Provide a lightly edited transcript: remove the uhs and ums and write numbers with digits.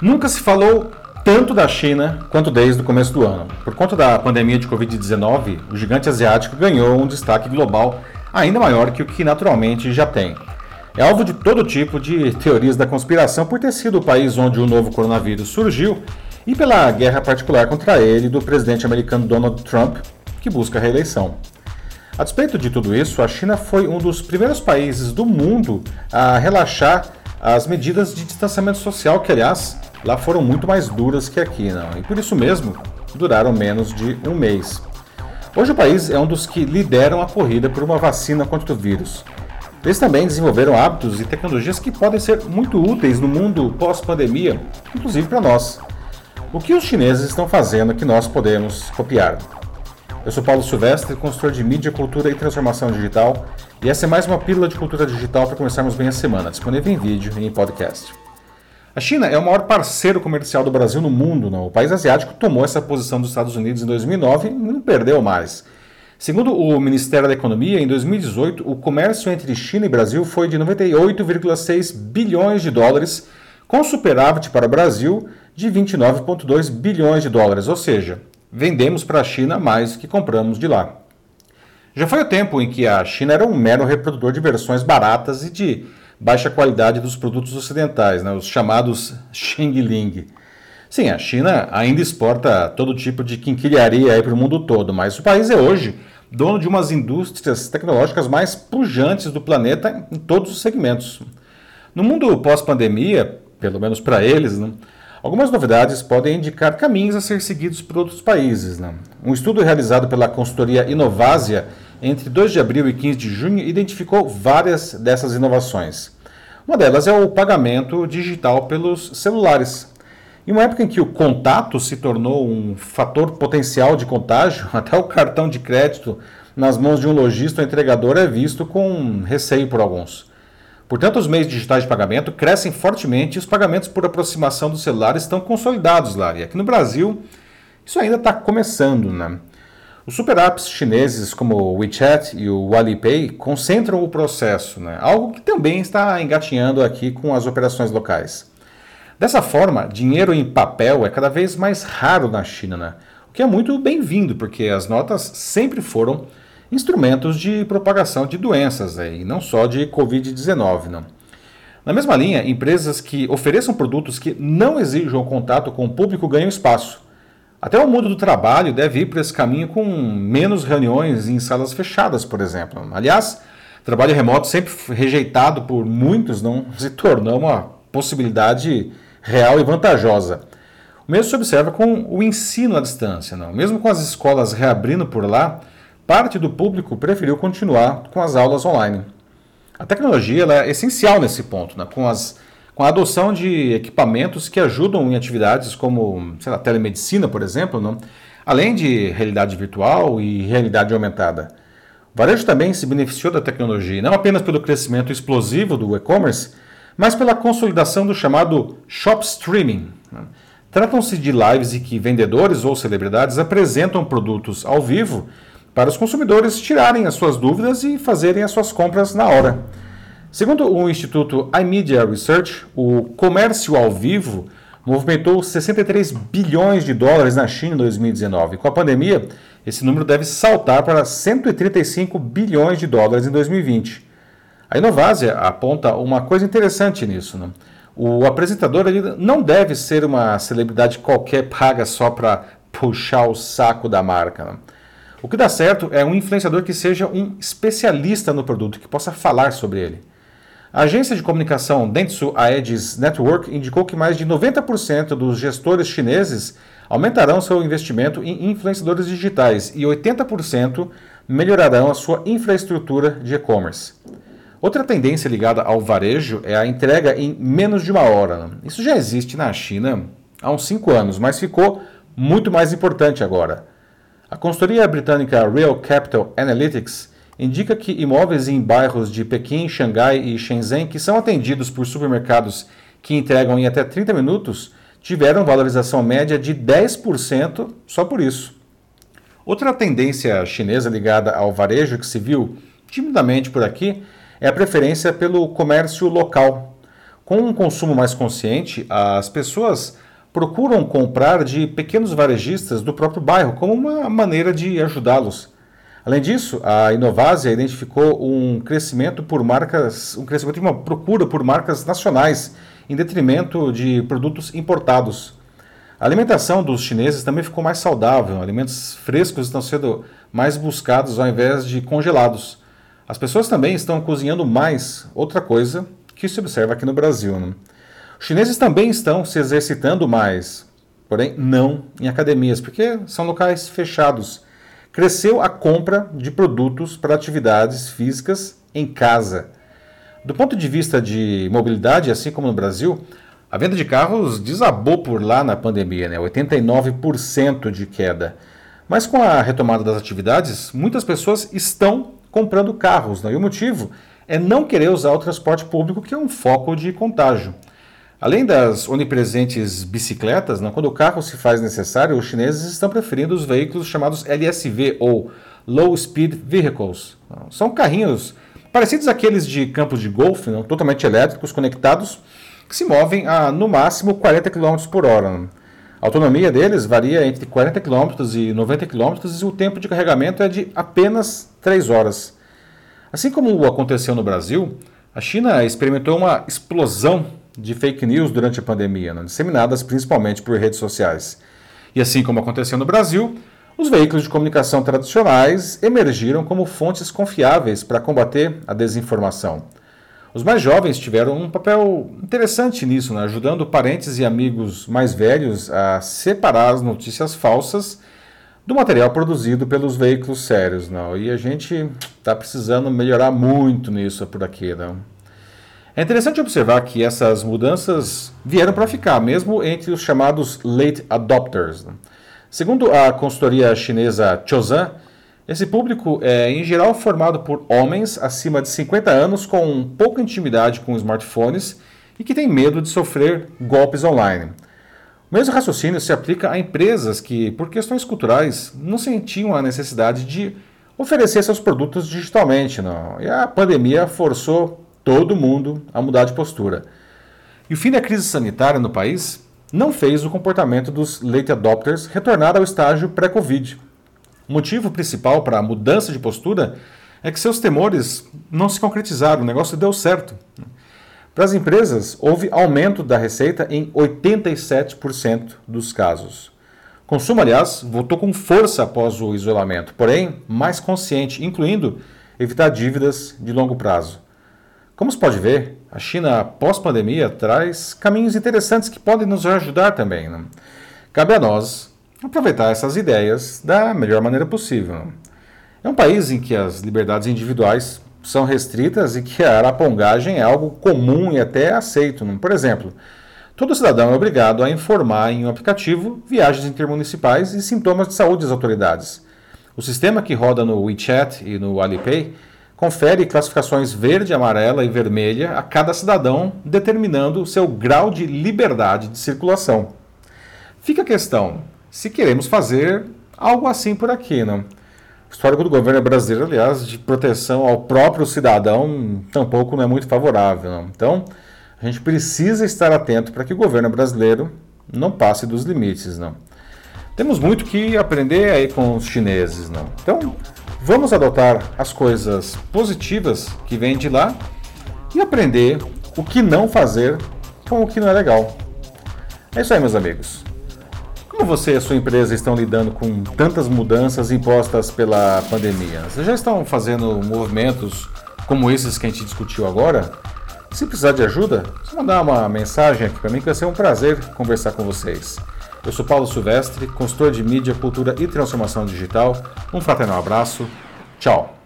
Nunca se falou tanto da China quanto desde o começo do ano. Por conta da pandemia de Covid-19, o gigante asiático ganhou um destaque global ainda maior que o que naturalmente já tem. É alvo de todo tipo de teorias da conspiração por ter sido o país onde o novo coronavírus surgiu e pela guerra particular contra ele do presidente americano Donald Trump, que busca a reeleição. A despeito de tudo isso, a China foi um dos primeiros países do mundo a relaxar as medidas de distanciamento social, que, aliás, lá foram muito mais duras que aqui, não? E por isso mesmo, duraram menos de um mês. Hoje o país é um dos que lideram a corrida por uma vacina contra o vírus. Eles também desenvolveram hábitos e tecnologias que podem ser muito úteis no mundo pós-pandemia, inclusive para nós. O que os chineses estão fazendo que nós podemos copiar? Eu sou Paulo Silvestre, consultor de mídia, cultura e transformação digital, e essa é mais uma pílula de cultura digital para começarmos bem a semana, disponível em vídeo e em podcast. A China é o maior parceiro comercial do Brasil no mundo, não? O país asiático tomou essa posição dos Estados Unidos em 2009 e não perdeu mais. Segundo o Ministério da Economia, em 2018, o comércio entre China e Brasil foi de 98,6 bilhões de dólares, com superávit para o Brasil de 29,2 bilhões de dólares, ou seja, vendemos para a China mais do que compramos de lá. Já foi o tempo em que a China era um mero reprodutor de versões baratas e de baixa qualidade dos produtos ocidentais, os chamados Xing-Ling. Sim, a China ainda exporta todo tipo de quinquilharia para o mundo todo, mas o país é hoje dono de umas indústrias tecnológicas mais pujantes do planeta em todos os segmentos. No mundo pós-pandemia, pelo menos para eles, algumas novidades podem indicar caminhos a ser seguidos por outros países. Um estudo realizado pela consultoria Inovásia entre 2 de abril e 15 de junho identificou várias dessas inovações. Uma delas é o pagamento digital pelos celulares. Em uma época em que o contato se tornou um fator potencial de contágio, até o cartão de crédito nas mãos de um lojista ou entregador é visto com receio por alguns. Portanto, os meios digitais de pagamento crescem fortemente e os pagamentos por aproximação do celular estão consolidados lá. E aqui no Brasil, isso ainda está começando, Os super apps chineses como o WeChat e o Alipay concentram o processo, algo que também está engatinhando aqui com as operações locais. Dessa forma, dinheiro em papel é cada vez mais raro na China, o que é muito bem-vindo, porque as notas sempre foram instrumentos de propagação de doenças, e não só de Covid-19. Na mesma linha, empresas que ofereçam produtos que não exijam contato com o público ganham espaço. Até o mundo do trabalho deve ir por esse caminho com menos reuniões em salas fechadas, por exemplo. Aliás, trabalho remoto sempre rejeitado por muitos não se tornou uma possibilidade real e vantajosa. O mesmo se observa com o ensino à distância. Mesmo com as escolas reabrindo por lá, parte do público preferiu continuar com as aulas online. A tecnologia ela é essencial nesse ponto, com a adoção de equipamentos que ajudam em atividades como telemedicina, por exemplo, além de realidade virtual e realidade aumentada. O varejo também se beneficiou da tecnologia, não apenas pelo crescimento explosivo do e-commerce, mas pela consolidação do chamado shop streaming. Tratam-se de lives em que vendedores ou celebridades apresentam produtos ao vivo para os consumidores tirarem as suas dúvidas e fazerem as suas compras na hora. Segundo o Instituto iMedia Research, o comércio ao vivo movimentou 63 bilhões de dólares na China em 2019. Com a pandemia, esse número deve saltar para 135 bilhões de dólares em 2020. A Inovásia aponta uma coisa interessante nisso. O apresentador ele não deve ser uma celebridade qualquer paga só para puxar o saco da marca. O que dá certo é um influenciador que seja um especialista no produto, que possa falar sobre ele. A agência de comunicação Dentsu Aegis Network indicou que mais de 90% dos gestores chineses aumentarão seu investimento em influenciadores digitais e 80% melhorarão a sua infraestrutura de e-commerce. Outra tendência ligada ao varejo é a entrega em menos de uma hora. Isso já existe na China há uns 5 anos, mas ficou muito mais importante agora. A consultoria britânica Real Capital Analytics indica que imóveis em bairros de Pequim, Xangai e Shenzhen que são atendidos por supermercados que entregam em até 30 minutos tiveram valorização média de 10% só por isso. Outra tendência chinesa ligada ao varejo que se viu timidamente por aqui é a preferência pelo comércio local. Com um consumo mais consciente, as pessoas procuram comprar de pequenos varejistas do próprio bairro como uma maneira de ajudá-los. Além disso, a Inovásia identificou um crescimento de uma procura por marcas nacionais, em detrimento de produtos importados. A alimentação dos chineses também ficou mais saudável, alimentos frescos estão sendo mais buscados ao invés de congelados. As pessoas também estão cozinhando mais, outra coisa que se observa aqui no Brasil, né? Os chineses também estão se exercitando mais, porém não em academias, porque são locais fechados. Cresceu a compra de produtos para atividades físicas em casa. Do ponto de vista de mobilidade, assim como no Brasil, a venda de carros desabou por lá na pandemia, né? 89% de queda. Mas com a retomada das atividades, muitas pessoas estão comprando carros, né? E o motivo é não querer usar o transporte público, que é um foco de contágio. Além das onipresentes bicicletas, né, quando o carro se faz necessário, os chineses estão preferindo os veículos chamados LSV, ou Low Speed Vehicles. São carrinhos parecidos àqueles de campos de golfe, né, totalmente elétricos, conectados, que se movem a, no máximo, 40 km por hora. A autonomia deles varia entre 40 km e 90 km e o tempo de carregamento é de apenas 3 horas. Assim como aconteceu no Brasil, a China experimentou uma explosão de fake news durante a pandemia, né, disseminadas principalmente por redes sociais. E assim como aconteceu no Brasil, os veículos de comunicação tradicionais emergiram como fontes confiáveis para combater a desinformação. Os mais jovens tiveram um papel interessante nisso, né, ajudando parentes e amigos mais velhos a separar as notícias falsas do material produzido pelos veículos sérios. Não? E a gente está precisando melhorar muito nisso por aqui. Não? É interessante observar que essas mudanças vieram para ficar, mesmo entre os chamados late adopters. Segundo a consultoria chinesa Chozan, esse público é, em geral, formado por homens acima de 50 anos com pouca intimidade com smartphones e que têm medo de sofrer golpes online. O mesmo raciocínio se aplica a empresas que, por questões culturais, não sentiam a necessidade de oferecer seus produtos digitalmente. Não. E a pandemia forçou todo mundo a mudar de postura. E o fim da crise sanitária no país não fez o comportamento dos late adopters retornar ao estágio pré-Covid. O motivo principal para a mudança de postura é que seus temores não se concretizaram, o negócio deu certo. Para as empresas, houve aumento da receita em 87% dos casos. O consumo, aliás, voltou com força após o isolamento, porém mais consciente, incluindo evitar dívidas de longo prazo. Como se pode ver, a China pós-pandemia traz caminhos interessantes que podem nos ajudar também. Né? Cabe a nós aproveitar essas ideias da melhor maneira possível. É um país em que as liberdades individuais são restritas e que a arapongagem é algo comum e até aceito. Por exemplo, todo cidadão é obrigado a informar em um aplicativo viagens intermunicipais e sintomas de saúde das autoridades. O sistema que roda no WeChat e no Alipay confere classificações verde, amarela e vermelha a cada cidadão, determinando o seu grau de liberdade de circulação. Fica a questão, se queremos fazer algo assim por aqui, não? O histórico do governo brasileiro, aliás, de proteção ao próprio cidadão, tampouco não é muito favorável. Não? Então, a gente precisa estar atento para que o governo brasileiro não passe dos limites. Não? Temos muito que aprender aí com os chineses. Não? Então, vamos adotar as coisas positivas que vêm de lá e aprender o que não fazer com o que não é legal. É isso aí, meus amigos. Como você e a sua empresa estão lidando com tantas mudanças impostas pela pandemia? Vocês já estão fazendo movimentos como esses que a gente discutiu agora? Se precisar de ajuda, é só mandar uma mensagem aqui para mim que vai ser um prazer conversar com vocês. Eu sou Paulo Silvestre, consultor de mídia, cultura e transformação digital. Um fraternal abraço. Tchau.